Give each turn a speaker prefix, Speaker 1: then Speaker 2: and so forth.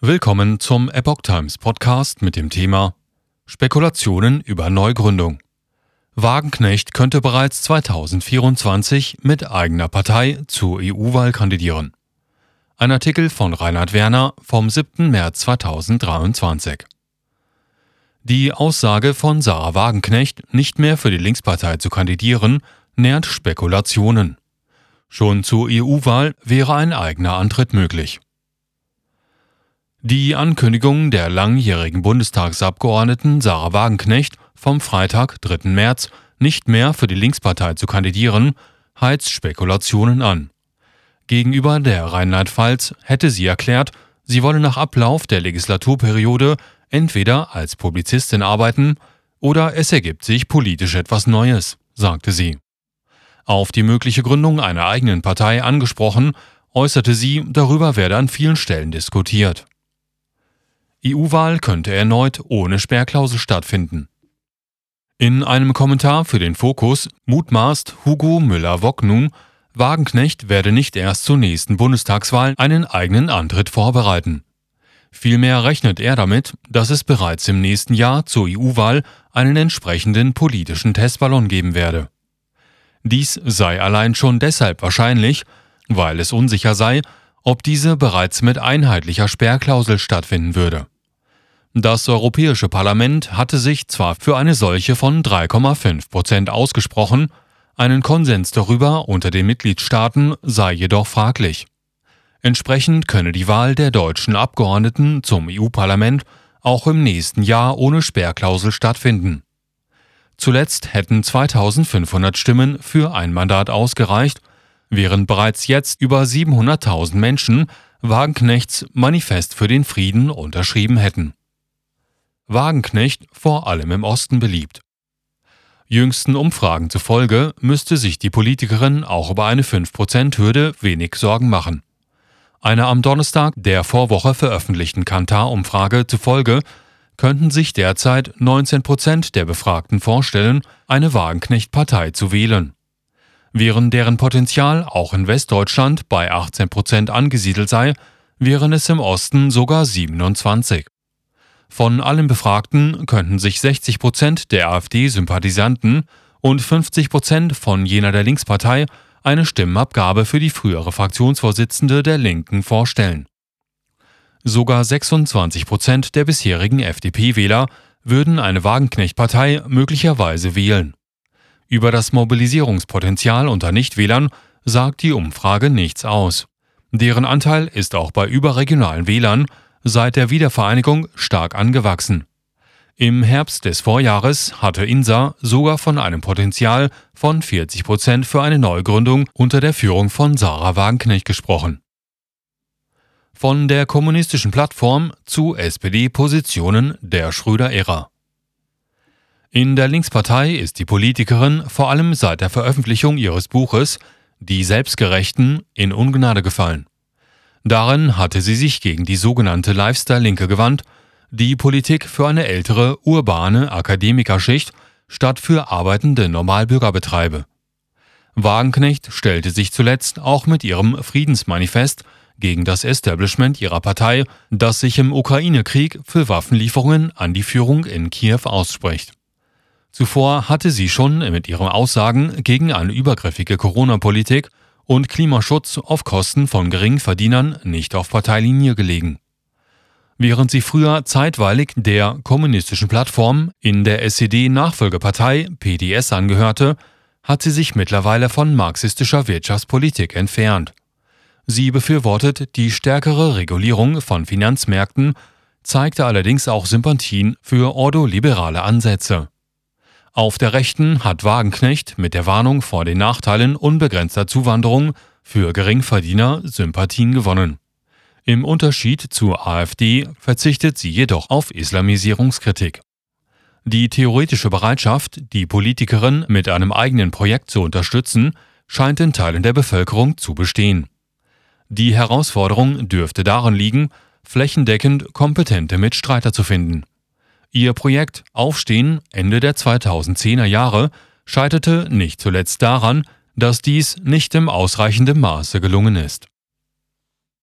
Speaker 1: Willkommen zum Epoch Times Podcast mit dem Thema Spekulationen über Neugründung. Wagenknecht könnte bereits 2024 mit eigener Partei zur EU-Wahl kandidieren. Ein Artikel von Reinhard Werner vom 7. März 2023. Die Aussage von Sahra Wagenknecht, nicht mehr für die Linkspartei zu kandidieren, nährt Spekulationen. Schon zur EU-Wahl wäre ein eigener Antritt möglich. Die Ankündigung der langjährigen Bundestagsabgeordneten Sahra Wagenknecht vom Freitag, 3. März, nicht mehr für die Linkspartei zu kandidieren, heizt Spekulationen an. Gegenüber der Rheinland-Pfalz hätte sie erklärt, sie wolle nach Ablauf der Legislaturperiode entweder als Publizistin arbeiten oder es ergibt sich politisch etwas Neues, sagte sie. Auf die mögliche Gründung einer eigenen Partei angesprochen, äußerte sie, darüber werde an vielen Stellen diskutiert. EU-Wahl könnte erneut ohne Sperrklausel stattfinden. In einem Kommentar für den Fokus mutmaßt Hugo Müller-Wock nun, Wagenknecht werde nicht erst zur nächsten Bundestagswahl einen eigenen Antritt vorbereiten. Vielmehr rechnet er damit, dass es bereits im nächsten Jahr zur EU-Wahl einen entsprechenden politischen Testballon geben werde. Dies sei allein schon deshalb wahrscheinlich, weil es unsicher sei, ob diese bereits mit einheitlicher Sperrklausel stattfinden würde. Das Europäische Parlament hatte sich zwar für eine solche von 3,5% ausgesprochen, einen Konsens darüber unter den Mitgliedstaaten sei jedoch fraglich. Entsprechend könne die Wahl der deutschen Abgeordneten zum EU-Parlament auch im nächsten Jahr ohne Sperrklausel stattfinden. Zuletzt hätten 2500 Stimmen für ein Mandat ausgereicht, während bereits jetzt über 700.000 Menschen Wagenknechts Manifest für den Frieden unterschrieben hätten. Wagenknecht vor allem im Osten beliebt. Jüngsten Umfragen zufolge müsste sich die Politikerin auch über eine 5%-Hürde wenig Sorgen machen. Einer am Donnerstag der Vorwoche veröffentlichten Kantar-Umfrage zufolge könnten sich derzeit 19% der Befragten vorstellen, eine Wagenknecht-Partei zu wählen. Während deren Potenzial auch in Westdeutschland bei 18% angesiedelt sei, wären es im Osten sogar 27%. Von allen Befragten könnten sich 60% der AfD-Sympathisanten und 50% von jener der Linkspartei eine Stimmabgabe für die frühere Fraktionsvorsitzende der Linken vorstellen. Sogar 26% der bisherigen FDP-Wähler würden eine Wagenknecht-Partei möglicherweise wählen. Über das Mobilisierungspotenzial unter Nichtwählern sagt die Umfrage nichts aus. Deren Anteil ist auch bei überregionalen Wählern seit der Wiedervereinigung stark angewachsen. Im Herbst des Vorjahres hatte INSA sogar von einem Potenzial von 40% für eine Neugründung unter der Führung von Sahra Wagenknecht gesprochen. Von der kommunistischen Plattform zu SPD-Positionen der Schröder-Ära. In der Linkspartei ist die Politikerin vor allem seit der Veröffentlichung ihres Buches »Die Selbstgerechten« in Ungnade gefallen. Darin hatte sie sich gegen die sogenannte Lifestyle-Linke gewandt, die Politik für eine ältere, urbane Akademikerschicht statt für arbeitende Normalbürger betreibe. Wagenknecht stellte sich zuletzt auch mit ihrem Friedensmanifest gegen das Establishment ihrer Partei, das sich im Ukraine-Krieg für Waffenlieferungen an die Führung in Kiew ausspricht. Zuvor hatte sie schon mit ihren Aussagen gegen eine übergriffige Corona-Politik und Klimaschutz auf Kosten von Geringverdienern nicht auf Parteilinie gelegen. Während sie früher zeitweilig der kommunistischen Plattform in der SED-Nachfolgepartei PDS angehörte, hat sie sich mittlerweile von marxistischer Wirtschaftspolitik entfernt. Sie befürwortet die stärkere Regulierung von Finanzmärkten, zeigte allerdings auch Sympathien für ordoliberale Ansätze. Auf der Rechten hat Wagenknecht mit der Warnung vor den Nachteilen unbegrenzter Zuwanderung für Geringverdiener Sympathien gewonnen. Im Unterschied zur AfD verzichtet sie jedoch auf Islamisierungskritik. Die theoretische Bereitschaft, die Politikerin mit einem eigenen Projekt zu unterstützen, scheint in Teilen der Bevölkerung zu bestehen. Die Herausforderung dürfte darin liegen, flächendeckend kompetente Mitstreiter zu finden. Ihr Projekt Aufstehen Ende der 2010er Jahre scheiterte nicht zuletzt daran, dass dies nicht im ausreichenden Maße gelungen ist.